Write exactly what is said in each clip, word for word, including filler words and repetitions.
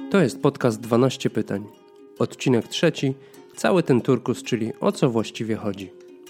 To jest podcast dwanaście pytań. Odcinek trzeci. Cały ten turkus, czyli o co właściwie chodzi.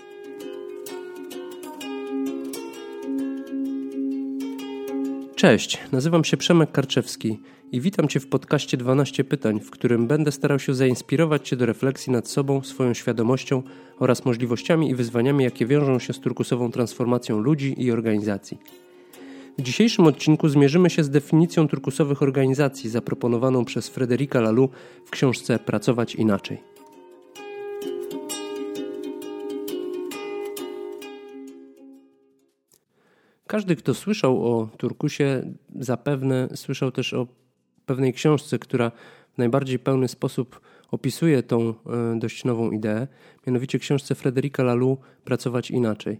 Cześć, nazywam się Przemek Karczewski i witam Cię w podcaście dwanaście pytań, w którym będę starał się zainspirować Cię do refleksji nad sobą, swoją świadomością oraz możliwościami i wyzwaniami, jakie wiążą się z turkusową transformacją ludzi i organizacji. W dzisiejszym odcinku zmierzymy się z definicją turkusowych organizacji zaproponowaną przez Frédérica Laloux w książce Pracować inaczej. Każdy, kto słyszał o turkusie, zapewne słyszał też o pewnej książce, która w najbardziej pełny sposób opisuje tą dość nową ideę, mianowicie książce Frédérica Laloux Pracować inaczej.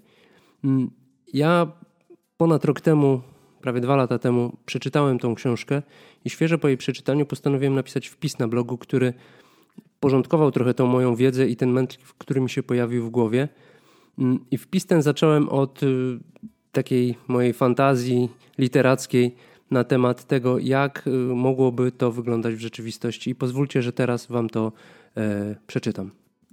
Ja ponad rok temu, prawie dwa lata temu, przeczytałem tą książkę i świeżo po jej przeczytaniu postanowiłem napisać wpis na blogu, który porządkował trochę tą moją wiedzę i ten mętlik, który mi się pojawił w głowie. I wpis ten zacząłem od takiej mojej fantazji literackiej na temat tego, jak mogłoby to wyglądać w rzeczywistości. I pozwólcie, że teraz wam to e, przeczytam.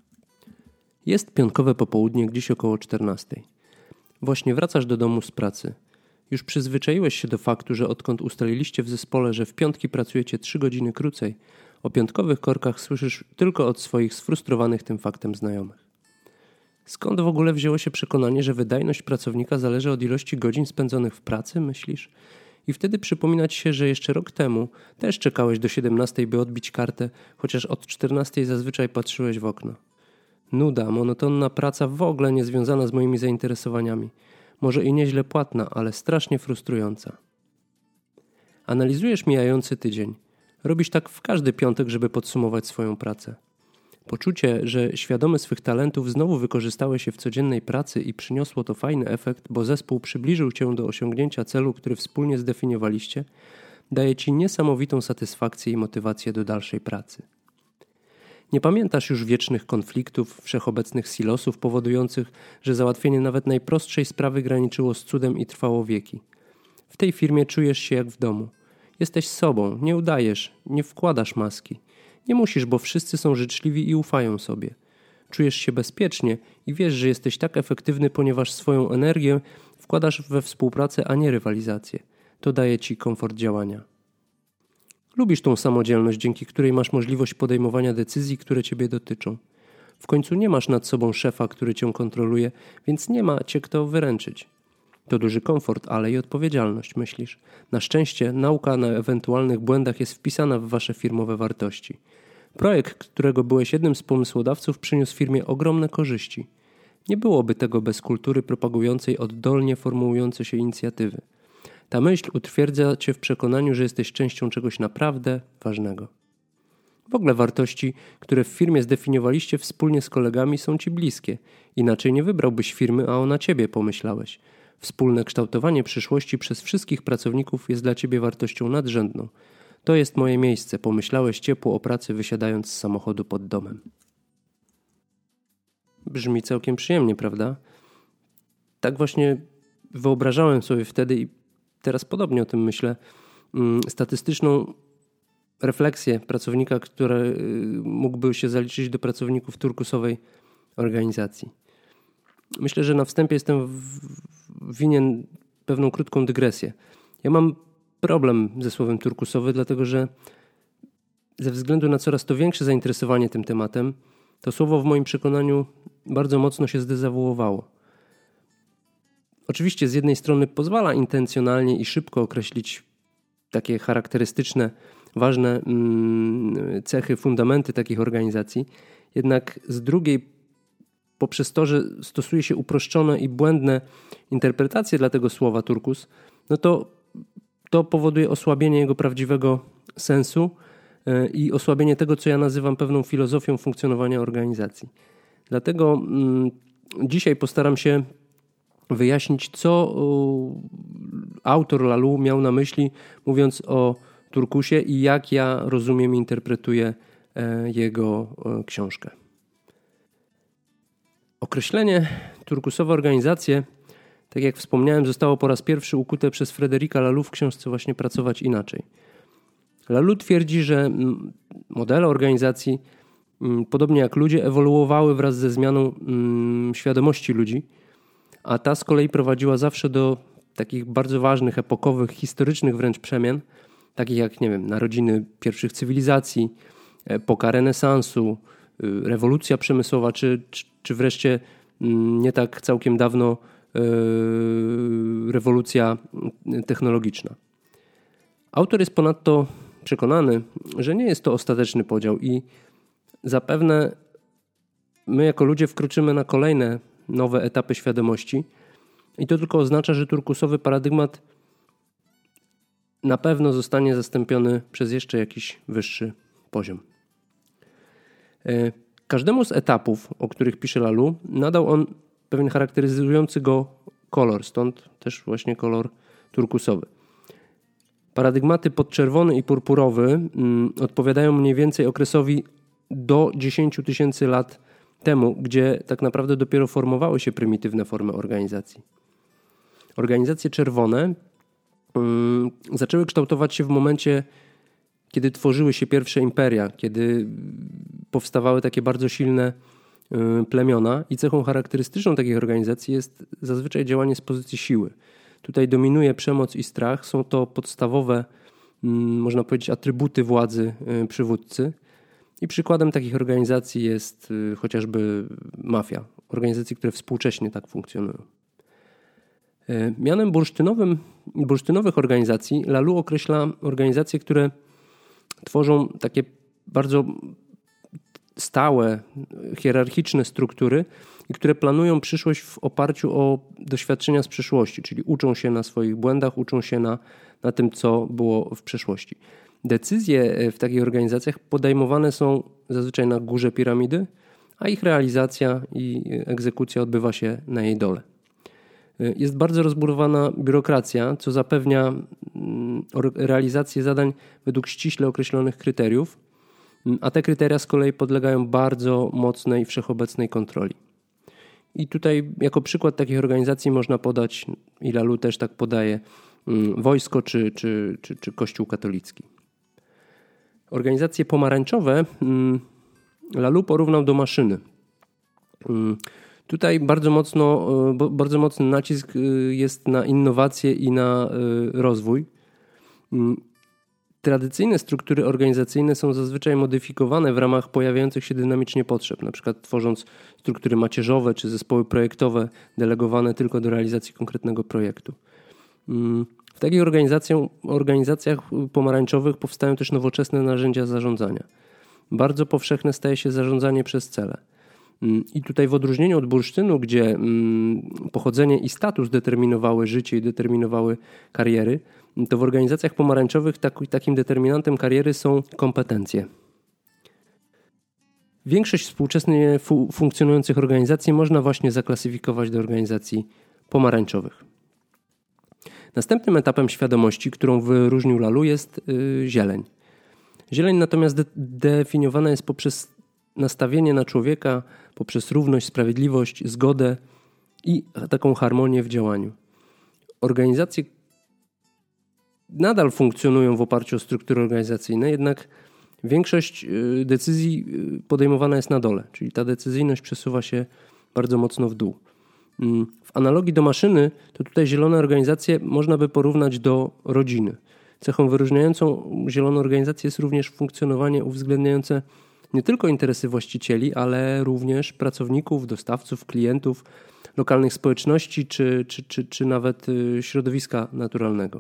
Jest piątkowe popołudnie, gdzieś około czternastej. Właśnie wracasz do domu z pracy. Już przyzwyczaiłeś się do faktu, że odkąd ustaliliście w zespole, że w piątki pracujecie trzy godziny krócej, o piątkowych korkach słyszysz tylko od swoich sfrustrowanych tym faktem znajomych. Skąd w ogóle wzięło się przekonanie, że wydajność pracownika zależy od ilości godzin spędzonych w pracy, myślisz? I wtedy przypomina ci się, że jeszcze rok temu też czekałeś do siedemnastej, by odbić kartę, chociaż od czternastej zazwyczaj patrzyłeś w okno. Nuda, monotonna praca w ogóle nie związana z moimi zainteresowaniami. Może i nieźle płatna, ale strasznie frustrująca. Analizujesz mijający tydzień. Robisz tak w każdy piątek, żeby podsumować swoją pracę. Poczucie, że świadomy swych talentów znowu wykorzystałeś się w codziennej pracy i przyniosło to fajny efekt, bo zespół przybliżył cię do osiągnięcia celu, który wspólnie zdefiniowaliście, daje ci niesamowitą satysfakcję i motywację do dalszej pracy. Nie pamiętasz już wiecznych konfliktów, wszechobecnych silosów powodujących, że załatwienie nawet najprostszej sprawy graniczyło z cudem i trwało wieki. W tej firmie czujesz się jak w domu. Jesteś sobą, nie udajesz, nie wkładasz maski. Nie musisz, bo wszyscy są życzliwi i ufają sobie. Czujesz się bezpiecznie i wiesz, że jesteś tak efektywny, ponieważ swoją energię wkładasz we współpracę, a nie rywalizację. To daje ci komfort działania. Lubisz tą samodzielność, dzięki której masz możliwość podejmowania decyzji, które ciebie dotyczą. W końcu nie masz nad sobą szefa, który cię kontroluje, więc nie ma cię kto wyręczyć. To duży komfort, ale i odpowiedzialność, myślisz. Na szczęście nauka na ewentualnych błędach jest wpisana w wasze firmowe wartości. Projekt, którego byłeś jednym z pomysłodawców, przyniósł firmie ogromne korzyści. Nie byłoby tego bez kultury propagującej oddolnie formułujące się inicjatywy. Ta myśl utwierdza cię w przekonaniu, że jesteś częścią czegoś naprawdę ważnego. W ogóle wartości, które w firmie zdefiniowaliście wspólnie z kolegami, są ci bliskie. Inaczej nie wybrałbyś firmy, a ona ciebie, pomyślałeś. Wspólne kształtowanie przyszłości przez wszystkich pracowników jest dla ciebie wartością nadrzędną. To jest moje miejsce, pomyślałeś ciepło o pracy, wysiadając z samochodu pod domem. Brzmi całkiem przyjemnie, prawda? Tak właśnie wyobrażałem sobie wtedy i teraz podobnie o tym myślę, statystyczną refleksję pracownika, który mógłby się zaliczyć do pracowników turkusowej organizacji. Myślę, że na wstępie jestem winien pewną krótką dygresję. Ja mam problem ze słowem turkusowy, dlatego że ze względu na coraz to większe zainteresowanie tym tematem, to słowo w moim przekonaniu bardzo mocno się zdezawuowało. Oczywiście z jednej strony pozwala intencjonalnie i szybko określić takie charakterystyczne, ważne mm, cechy, fundamenty takich organizacji, jednak z drugiej poprzez to, że stosuje się uproszczone i błędne interpretacje dla tego słowa turkus, no to to powoduje osłabienie jego prawdziwego sensu i osłabienie tego, co ja nazywam pewną filozofią funkcjonowania organizacji. Dlatego mm, dzisiaj postaram się wyjaśnić, co autor Laloux miał na myśli, mówiąc o turkusie i jak ja rozumiem i interpretuję jego książkę. Określenie turkusowe organizacje, tak jak wspomniałem, zostało po raz pierwszy ukute przez Frédérica Laloux w książce właśnie Pracować inaczej. Lalou twierdzi, że modele organizacji, podobnie jak ludzie, ewoluowały wraz ze zmianą świadomości ludzi, a ta z kolei prowadziła zawsze do takich bardzo ważnych, epokowych, historycznych wręcz przemian, takich jak, nie wiem, narodziny pierwszych cywilizacji, epoka renesansu, rewolucja przemysłowa, czy, czy, czy wreszcie nie tak całkiem dawno rewolucja technologiczna. Autor jest ponadto przekonany, że nie jest to ostateczny podział i zapewne my jako ludzie wkroczymy na kolejne nowe etapy świadomości i to tylko oznacza, że turkusowy paradygmat na pewno zostanie zastąpiony przez jeszcze jakiś wyższy poziom. Każdemu z etapów, o których pisze Lalou, nadał on pewien charakteryzujący go kolor, stąd też właśnie kolor turkusowy. Paradygmaty podczerwony i purpurowy mm, odpowiadają mniej więcej okresowi do dziesięć tysięcy lat temu, gdzie tak naprawdę dopiero formowały się prymitywne formy organizacji. Organizacje czerwone mm, zaczęły kształtować się w momencie, kiedy tworzyły się pierwsze imperia, kiedy powstawały takie bardzo silne y, plemiona i cechą charakterystyczną takich organizacji jest zazwyczaj działanie z pozycji siły. Tutaj dominuje przemoc i strach. Są to podstawowe, można powiedzieć, atrybuty władzy przywódcy. I przykładem takich organizacji jest chociażby mafia. Organizacji, które współcześnie tak funkcjonują. Mianem bursztynowym, bursztynowych organizacji Lalou określa organizacje, które tworzą takie bardzo stałe, hierarchiczne struktury i które planują przyszłość w oparciu o doświadczenia z przeszłości, czyli uczą się na swoich błędach, uczą się na, na tym, co było w przeszłości. Decyzje w takich organizacjach podejmowane są zazwyczaj na górze piramidy, a ich realizacja i egzekucja odbywa się na jej dole. Jest bardzo rozbudowana biurokracja, co zapewnia realizację zadań według ściśle określonych kryteriów, a te kryteria z kolei podlegają bardzo mocnej, wszechobecnej kontroli. I tutaj jako przykład takich organizacji można podać, i Lalou też tak podaje, wojsko czy, czy, czy, czy Kościół katolicki. Organizacje pomarańczowe Lalou porównał do maszyny. Tutaj bardzo mocno, bardzo mocny nacisk jest na innowacje i na rozwój. Tradycyjne struktury organizacyjne są zazwyczaj modyfikowane w ramach pojawiających się dynamicznie potrzeb, na przykład tworząc struktury macierzowe czy zespoły projektowe delegowane tylko do realizacji konkretnego projektu. W takich organizacjach, organizacjach pomarańczowych powstają też nowoczesne narzędzia zarządzania. Bardzo powszechne staje się zarządzanie przez cele. I tutaj w odróżnieniu od bursztynu, gdzie pochodzenie i status determinowały życie i determinowały kariery, to w organizacjach pomarańczowych takim determinantem kariery są kompetencje. Większość współczesnie fu- funkcjonujących organizacji można właśnie zaklasyfikować do organizacji pomarańczowych. Następnym etapem świadomości, którą wyróżnił Lalou, jest yy, zieleń. Zieleń natomiast de- definiowana jest poprzez nastawienie na człowieka, poprzez równość, sprawiedliwość, zgodę i taką harmonię w działaniu. Organizacje nadal funkcjonują w oparciu o struktury organizacyjne, jednak większość decyzji podejmowana jest na dole, czyli ta decyzyjność przesuwa się bardzo mocno w dół. W analogii do maszyny, to tutaj zielone organizacje można by porównać do rodziny. Cechą wyróżniającą zieloną organizację jest również funkcjonowanie uwzględniające nie tylko interesy właścicieli, ale również pracowników, dostawców, klientów, lokalnych społeczności czy, czy, czy, czy nawet środowiska naturalnego.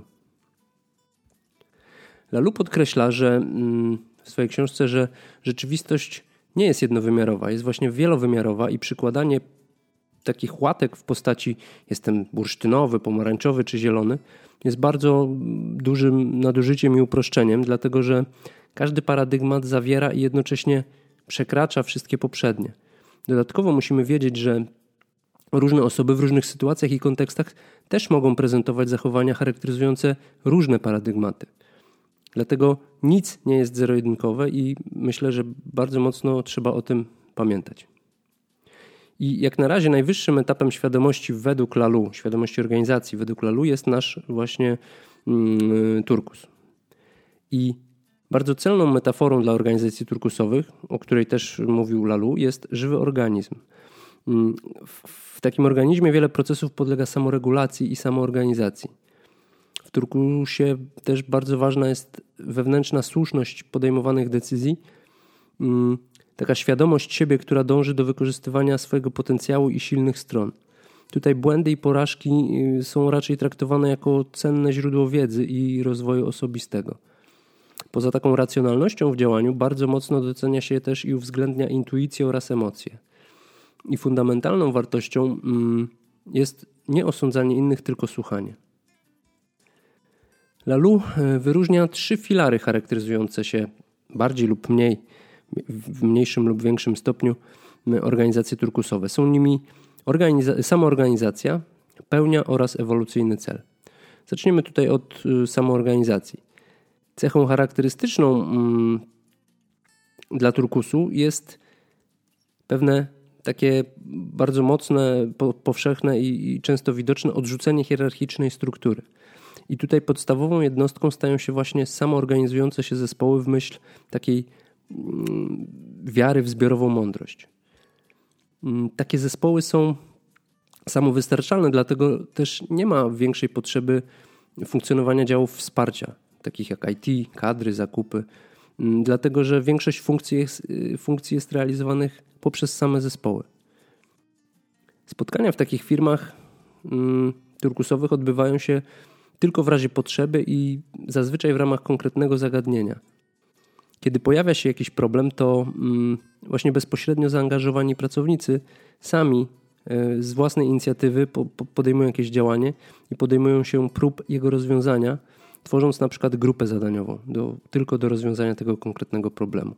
Lalou podkreśla, że w swojej książce, że rzeczywistość nie jest jednowymiarowa, jest właśnie wielowymiarowa i przykładanie takich łatek w postaci jestem bursztynowy, pomarańczowy czy zielony jest bardzo dużym nadużyciem i uproszczeniem, dlatego że każdy paradygmat zawiera i jednocześnie przekracza wszystkie poprzednie. Dodatkowo musimy wiedzieć, że różne osoby w różnych sytuacjach i kontekstach też mogą prezentować zachowania charakteryzujące różne paradygmaty. Dlatego nic nie jest zero-jedynkowe i myślę, że bardzo mocno trzeba o tym pamiętać. I jak na razie najwyższym etapem świadomości według Lalou, świadomości organizacji według Lalou jest nasz właśnie mm, turkus. I Bardzo celną metaforą dla organizacji turkusowych, o której też mówił Laloux, jest żywy organizm. W takim organizmie wiele procesów podlega samoregulacji i samoorganizacji. W turkusie też bardzo ważna jest wewnętrzna słuszność podejmowanych decyzji, taka świadomość siebie, która dąży do wykorzystywania swojego potencjału i silnych stron. Tutaj błędy i porażki są raczej traktowane jako cenne źródło wiedzy i rozwoju osobistego. Poza taką racjonalnością w działaniu bardzo mocno docenia się też i uwzględnia intuicję oraz emocje. I fundamentalną wartością jest nie osądzanie innych, tylko słuchanie. Laloux wyróżnia trzy filary charakteryzujące się bardziej lub mniej, w mniejszym lub większym stopniu organizacje turkusowe. Są nimi organiza- samoorganizacja, pełnia oraz ewolucyjny cel. Zaczniemy tutaj od samoorganizacji. Cechą charakterystyczną mm, dla turkusu jest pewne takie bardzo mocne, po, powszechne i, i często widoczne odrzucenie hierarchicznej struktury. I tutaj podstawową jednostką stają się właśnie samoorganizujące się zespoły w myśl takiej mm, wiary w zbiorową mądrość. Mm, takie zespoły są samowystarczalne, dlatego też nie ma większej potrzeby funkcjonowania działów wsparcia, takich jak I T, kadry, zakupy, mm, dlatego że większość funkcji jest, funkcji jest realizowanych poprzez same zespoły. Spotkania w takich firmach mm, turkusowych odbywają się tylko w razie potrzeby i zazwyczaj w ramach konkretnego zagadnienia. Kiedy pojawia się jakiś problem, to mm, właśnie bezpośrednio zaangażowani pracownicy sami y, z własnej inicjatywy po, po podejmują jakieś działanie i podejmują się prób jego rozwiązania, tworząc na przykład grupę zadaniową do, tylko do rozwiązania tego konkretnego problemu.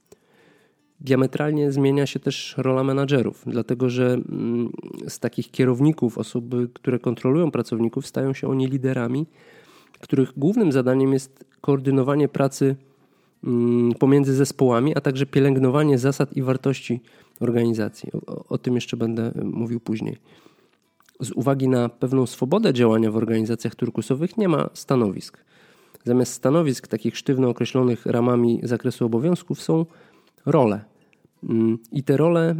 Diametralnie zmienia się też rola menadżerów, dlatego że z takich kierowników, osoby, które kontrolują pracowników, stają się oni liderami, których głównym zadaniem jest koordynowanie pracy pomiędzy zespołami, a także pielęgnowanie zasad i wartości organizacji. O, o tym jeszcze będę mówił później. Z uwagi na pewną swobodę działania w organizacjach turkusowych nie ma stanowisk. Zamiast stanowisk takich sztywno określonych ramami zakresu obowiązków są role. I te role,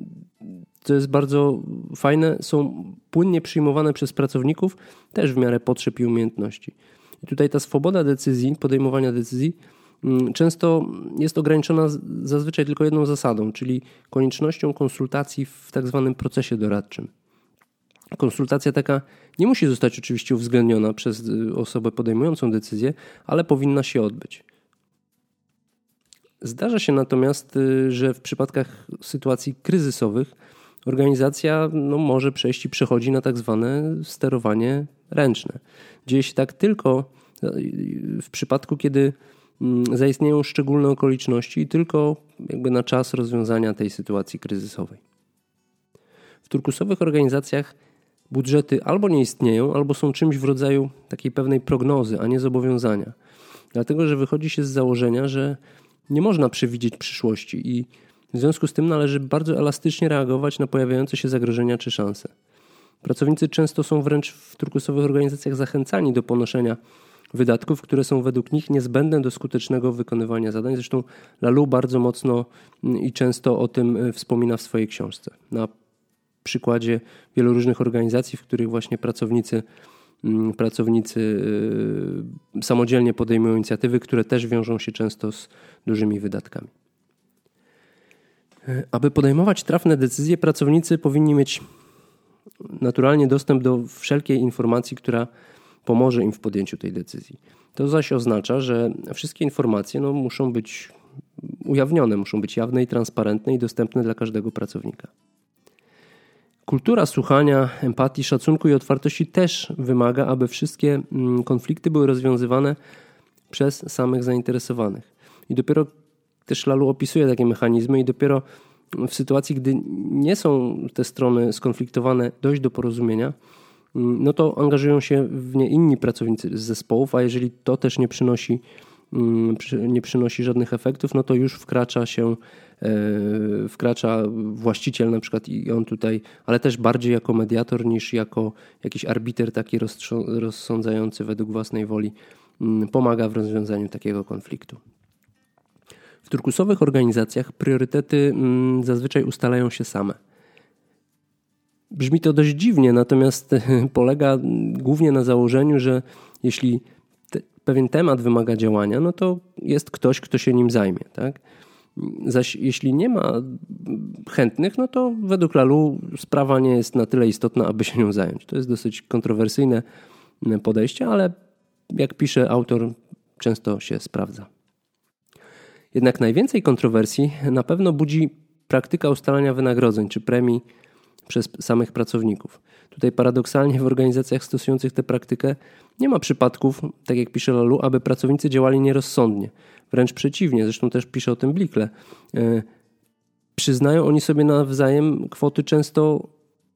co jest bardzo fajne, są płynnie przyjmowane przez pracowników też w miarę potrzeb i umiejętności. I tutaj ta swoboda decyzji, podejmowania decyzji często jest ograniczona zazwyczaj tylko jedną zasadą, czyli koniecznością konsultacji w tak zwanym procesie doradczym. Konsultacja taka nie musi zostać oczywiście uwzględniona przez osobę podejmującą decyzję, ale powinna się odbyć. Zdarza się natomiast, że w przypadkach sytuacji kryzysowych organizacja no, może przejść i przechodzi na tak zwane sterowanie ręczne. Dzieje się tak tylko w przypadku, kiedy zaistnieją szczególne okoliczności i tylko jakby na czas rozwiązania tej sytuacji kryzysowej. W turkusowych organizacjach budżety albo nie istnieją, albo są czymś w rodzaju takiej pewnej prognozy, a nie zobowiązania. Dlatego, że wychodzi się z założenia, że nie można przewidzieć przyszłości i w związku z tym należy bardzo elastycznie reagować na pojawiające się zagrożenia czy szanse. Pracownicy często są wręcz w turkusowych organizacjach zachęcani do ponoszenia wydatków, które są według nich niezbędne do skutecznego wykonywania zadań. Zresztą Laloux bardzo mocno i często o tym wspomina w swojej książce. Na przykładzie wielu różnych organizacji, w których właśnie pracownicy Pracownicy samodzielnie podejmują inicjatywy, które też wiążą się często z dużymi wydatkami. Aby podejmować trafne decyzje, pracownicy powinni mieć naturalnie dostęp do wszelkiej informacji, która pomoże im w podjęciu tej decyzji. To zaś oznacza, że wszystkie informacje no, muszą być ujawnione, muszą być jawne i transparentne i dostępne dla każdego pracownika. Kultura słuchania, empatii, szacunku i otwartości też wymaga, aby wszystkie konflikty były rozwiązywane przez samych zainteresowanych. I dopiero też Laloux opisuje takie mechanizmy i dopiero w sytuacji, gdy nie są te strony skonfliktowane, dojść do porozumienia, no to angażują się w nie inni pracownicy z zespołów, a jeżeli to też nie przynosi nie przynosi żadnych efektów, no to już wkracza się, wkracza właściciel na przykład i on tutaj, ale też bardziej jako mediator niż jako jakiś arbiter taki rozsądzający według własnej woli, pomaga w rozwiązaniu takiego konfliktu. W turkusowych organizacjach priorytety zazwyczaj ustalają się same. Brzmi to dość dziwnie, natomiast polega głównie na założeniu, że jeśli te, pewien temat wymaga działania, no to jest ktoś, kto się nim zajmie, tak? Zaś jeśli nie ma chętnych, no to według Laloux sprawa nie jest na tyle istotna, aby się nią zająć. To jest dosyć kontrowersyjne podejście, ale jak pisze autor, często się sprawdza. Jednak najwięcej kontrowersji na pewno budzi praktyka ustalania wynagrodzeń czy premii przez samych pracowników. Tutaj paradoksalnie w organizacjach stosujących tę praktykę nie ma przypadków, tak jak pisze Laloux, aby pracownicy działali nierozsądnie. Wręcz przeciwnie, zresztą też pisze o tym Blickle. Yy, przyznają oni sobie nawzajem kwoty często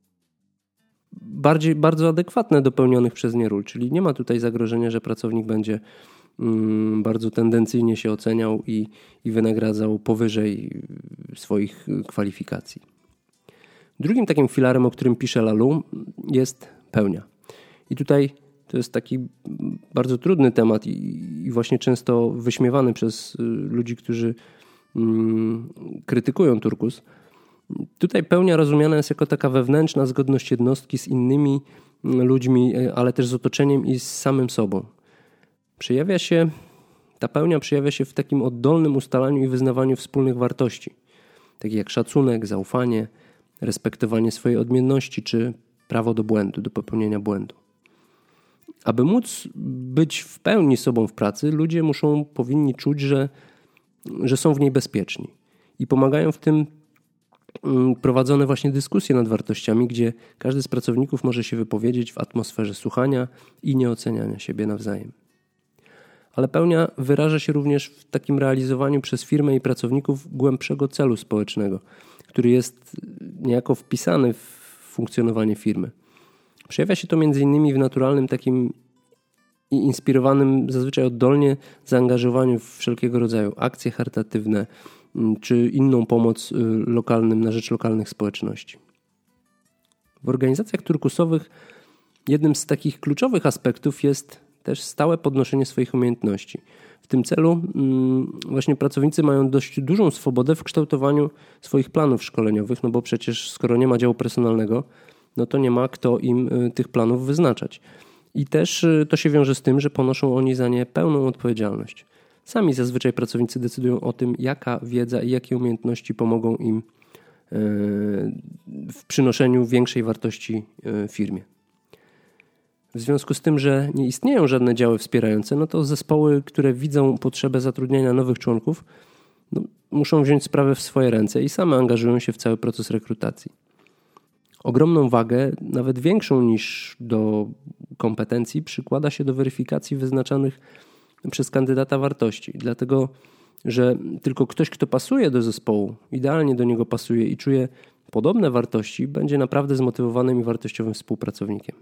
bardziej, bardzo adekwatne do pełnionych przez nie ról, czyli nie ma tutaj zagrożenia, że pracownik będzie yy, bardzo tendencyjnie się oceniał i, i wynagradzał powyżej swoich kwalifikacji. Drugim takim filarem, o którym pisze Laloux, jest pełnia. I tutaj to jest taki bardzo trudny temat i, i właśnie często wyśmiewany przez ludzi, którzy mm, krytykują turkus. Tutaj pełnia rozumiana jest jako taka wewnętrzna zgodność jednostki z innymi ludźmi, ale też z otoczeniem i z samym sobą. Przejawia się, ta pełnia przejawia się w takim oddolnym ustalaniu i wyznawaniu wspólnych wartości, takich jak szacunek, zaufanie, respektowanie swojej odmienności czy prawo do błędu, do popełnienia błędu. Aby móc być w pełni sobą w pracy, ludzie muszą, powinni czuć, że, że są w niej bezpieczni. I pomagają w tym prowadzone właśnie dyskusje nad wartościami, gdzie każdy z pracowników może się wypowiedzieć w atmosferze słuchania i nieoceniania siebie nawzajem. Ale pełnia wyraża się również w takim realizowaniu przez firmę i pracowników głębszego celu społecznego, który jest niejako wpisany w funkcjonowanie firmy. Przejawia się to między innymi w naturalnym takim i inspirowanym zazwyczaj oddolnie zaangażowaniu w wszelkiego rodzaju akcje charytatywne czy inną pomoc lokalnym na rzecz lokalnych społeczności. W organizacjach turkusowych jednym z takich kluczowych aspektów jest też stałe podnoszenie swoich umiejętności. W tym celu właśnie pracownicy mają dość dużą swobodę w kształtowaniu swoich planów szkoleniowych, no bo przecież skoro nie ma działu personalnego, no to nie ma kto im tych planów wyznaczać. I też to się wiąże z tym, że ponoszą oni za nie pełną odpowiedzialność. Sami zazwyczaj pracownicy decydują o tym, jaka wiedza i jakie umiejętności pomogą im w przynoszeniu większej wartości firmie. W związku z tym, że nie istnieją żadne działy wspierające, no to zespoły, które widzą potrzebę zatrudniania nowych członków, no, muszą wziąć sprawę w swoje ręce i same angażują się w cały proces rekrutacji. Ogromną wagę, nawet większą niż do kompetencji, przykłada się do weryfikacji wyznaczanych przez kandydata wartości. Dlatego, że tylko ktoś, kto pasuje do zespołu, idealnie do niego pasuje i czuje podobne wartości, będzie naprawdę zmotywowanym i wartościowym współpracownikiem.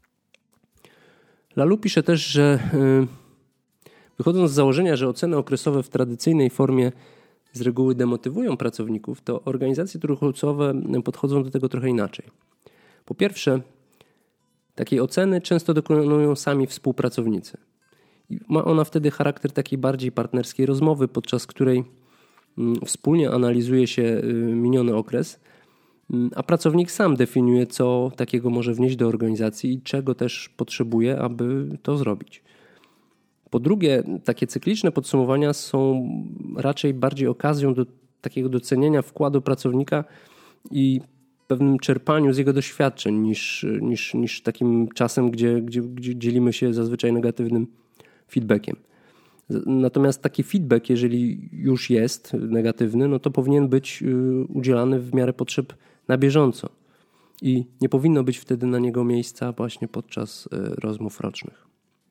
Laloux pisze też, że wychodząc z założenia, że oceny okresowe w tradycyjnej formie z reguły demotywują pracowników, to organizacje turkusowe podchodzą do tego trochę inaczej. Po pierwsze, takiej oceny często dokonują sami współpracownicy. I ma ona wtedy charakter takiej bardziej partnerskiej rozmowy, podczas której wspólnie analizuje się miniony okres, a pracownik sam definiuje, co takiego może wnieść do organizacji i czego też potrzebuje, aby to zrobić. Po drugie, takie cykliczne podsumowania są raczej bardziej okazją do takiego docenienia wkładu pracownika i pewnym czerpaniu z jego doświadczeń niż, niż, niż takim czasem, gdzie, gdzie, gdzie dzielimy się zazwyczaj negatywnym feedbackiem. Natomiast taki feedback, jeżeli już jest negatywny, no to powinien być udzielany w miarę potrzeb na bieżąco i nie powinno być wtedy na niego miejsca właśnie podczas rozmów rocznych.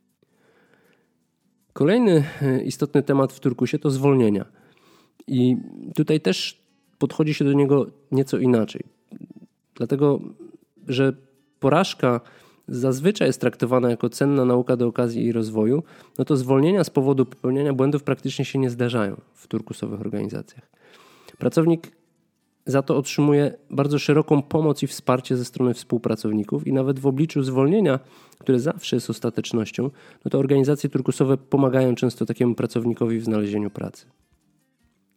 Kolejny istotny temat w turkusie to zwolnienia. I tutaj też podchodzi się do niego nieco inaczej. Dlatego, że porażka zazwyczaj jest traktowana jako cenna nauka do okazji i rozwoju, no to zwolnienia z powodu popełniania błędów praktycznie się nie zdarzają w turkusowych organizacjach. Pracownik za to otrzymuje bardzo szeroką pomoc i wsparcie ze strony współpracowników i nawet w obliczu zwolnienia, które zawsze jest ostatecznością, no to organizacje turkusowe pomagają często takiemu pracownikowi w znalezieniu pracy.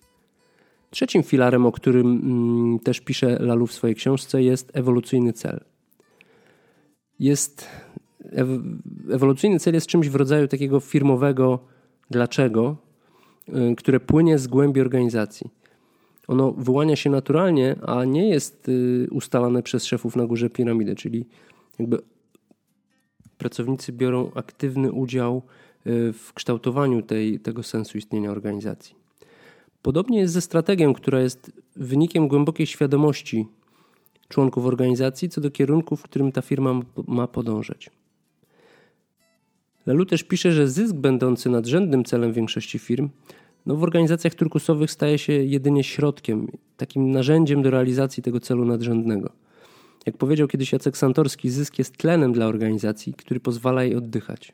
Trzecim filarem, o którym mm, też pisze Laloux w swojej książce, jest ewolucyjny cel. Jest, ew- ewolucyjny cel jest czymś w rodzaju takiego firmowego dlaczego, y, które płynie z głębi organizacji. Ono wyłania się naturalnie, a nie jest y, ustalane przez szefów na górze piramidy, czyli jakby pracownicy biorą aktywny udział y, w kształtowaniu tej, tego sensu istnienia organizacji. Podobnie jest ze strategią, która jest wynikiem głębokiej świadomości członków organizacji co do kierunku, w którym ta firma ma podążać. Laloux też pisze, że zysk będący nadrzędnym celem większości firm no w organizacjach turkusowych staje się jedynie środkiem, takim narzędziem do realizacji tego celu nadrzędnego. Jak powiedział kiedyś Jacek Santorski, zysk jest tlenem dla organizacji, który pozwala jej oddychać.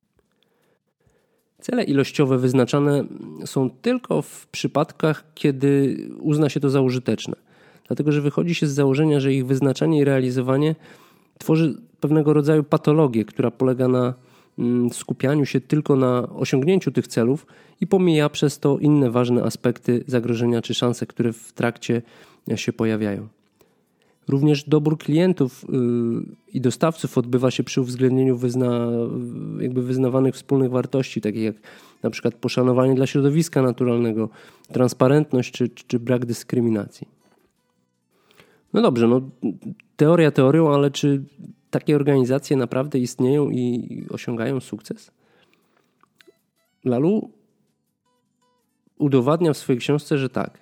Cele ilościowe wyznaczane są tylko w przypadkach, kiedy uzna się to za użyteczne. Dlatego, że wychodzi się z założenia, że ich wyznaczanie i realizowanie tworzy pewnego rodzaju patologię, która polega na skupianiu się tylko na osiągnięciu tych celów i pomija przez to inne ważne aspekty zagrożenia czy szanse, które w trakcie się pojawiają. Również dobór klientów i dostawców odbywa się przy uwzględnieniu wyzna, jakby wyznawanych wspólnych wartości, takich jak na przykład poszanowanie dla środowiska naturalnego, transparentność czy, czy brak dyskryminacji. No dobrze, no teoria teorią, ale czy takie organizacje naprawdę istnieją i osiągają sukces? Laloux udowadnia w swojej książce, że tak.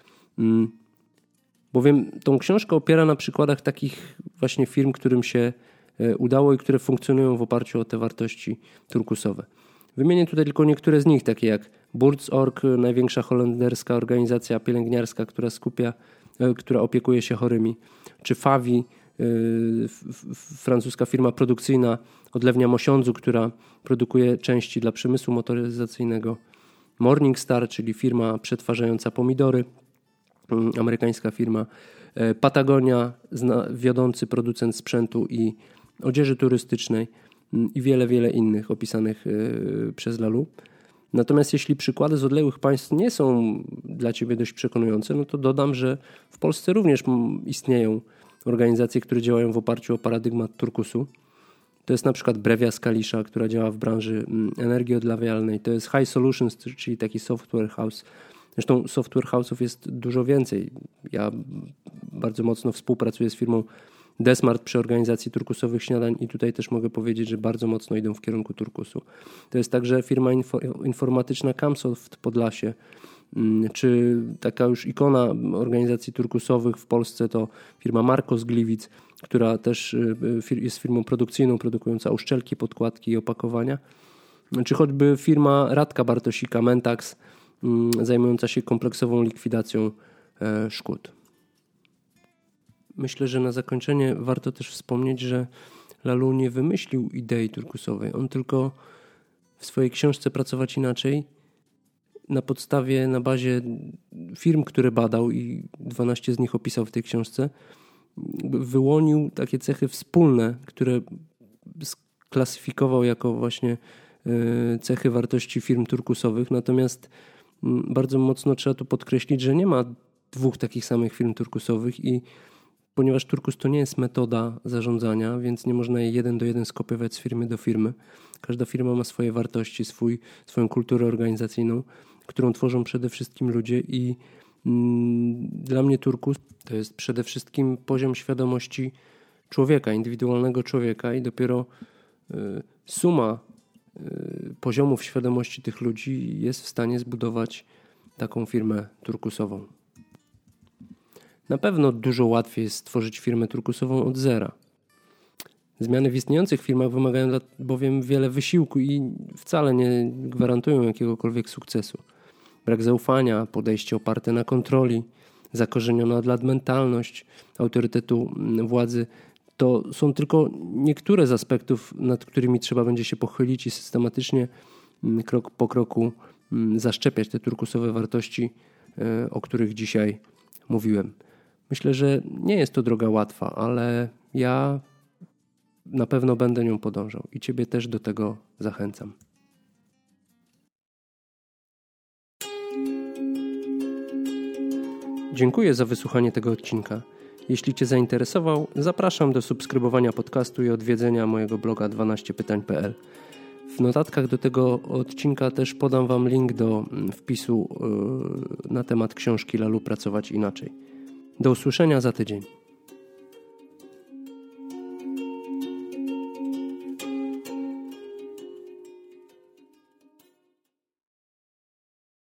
Bowiem tą książkę opiera na przykładach takich właśnie firm, którym się udało i które funkcjonują w oparciu o te wartości turkusowe. Wymienię tutaj tylko niektóre z nich, takie jak Burz kropka org, największa holenderska organizacja pielęgniarska, która skupia, która opiekuje się chorymi, czy Fawi, francuska firma produkcyjna odlewnia mosiądzu, która produkuje części dla przemysłu motoryzacyjnego, Morningstar, czyli firma przetwarzająca pomidory, amerykańska firma, Patagonia, wiodący producent sprzętu i odzieży turystycznej i wiele, wiele innych opisanych przez Laloux. Natomiast jeśli przykłady z odległych państw nie są dla Ciebie dość przekonujące, no to dodam, że w Polsce również istnieją organizacje, które działają w oparciu o paradygmat turkusu. To jest na przykład Brevia z Kalisza, która działa w branży energii odnawialnej. To jest High Solutions, czyli taki software house. Zresztą software house'ów jest dużo więcej. Ja bardzo mocno współpracuję z firmą Desmart przy organizacji turkusowych śniadań i tutaj też mogę powiedzieć, że bardzo mocno idą w kierunku turkusu. To jest także firma info- informatyczna Camsoft Podlasie, czy taka już ikona organizacji turkusowych w Polsce to firma Marko z Gliwic, która też jest firmą produkcyjną, produkująca uszczelki, podkładki i opakowania, czy choćby firma Radka Bartosika Mentax, zajmująca się kompleksową likwidacją szkód. Myślę, że na zakończenie warto też wspomnieć, że Laloux nie wymyślił idei turkusowej. On tylko w swojej książce Pracować inaczej na podstawie, na bazie firm, które badał i dwanaście z nich opisał w tej książce, wyłonił takie cechy wspólne, które sklasyfikował jako właśnie cechy wartości firm turkusowych. Natomiast bardzo mocno trzeba tu podkreślić, że nie ma dwóch takich samych firm turkusowych i ponieważ turkus to nie jest metoda zarządzania, więc nie można jej jeden do jeden skopiować z firmy do firmy. Każda firma ma swoje wartości, swój, swoją kulturę organizacyjną, którą tworzą przede wszystkim ludzie i mm, dla mnie turkus to jest przede wszystkim poziom świadomości człowieka, indywidualnego człowieka i dopiero y, suma y, poziomów świadomości tych ludzi jest w stanie zbudować taką firmę turkusową. Na pewno dużo łatwiej jest stworzyć firmę turkusową od zera. Zmiany w istniejących firmach wymagają bowiem wiele wysiłku i wcale nie gwarantują jakiegokolwiek sukcesu. Brak zaufania, podejście oparte na kontroli, zakorzeniona od lat mentalność autorytetu władzy to są tylko niektóre z aspektów, nad którymi trzeba będzie się pochylić i systematycznie krok po kroku zaszczepiać te turkusowe wartości, o których dzisiaj mówiłem. Myślę, że nie jest to droga łatwa, ale ja na pewno będę nią podążał i Ciebie też do tego zachęcam. Dziękuję za wysłuchanie tego odcinka. Jeśli Cię zainteresował, zapraszam do subskrybowania podcastu i odwiedzenia mojego bloga dwanaście pytań kropka p l. W notatkach do tego odcinka też podam Wam link do wpisu na temat książki Lalu Pracować Inaczej. Do usłyszenia za tydzień.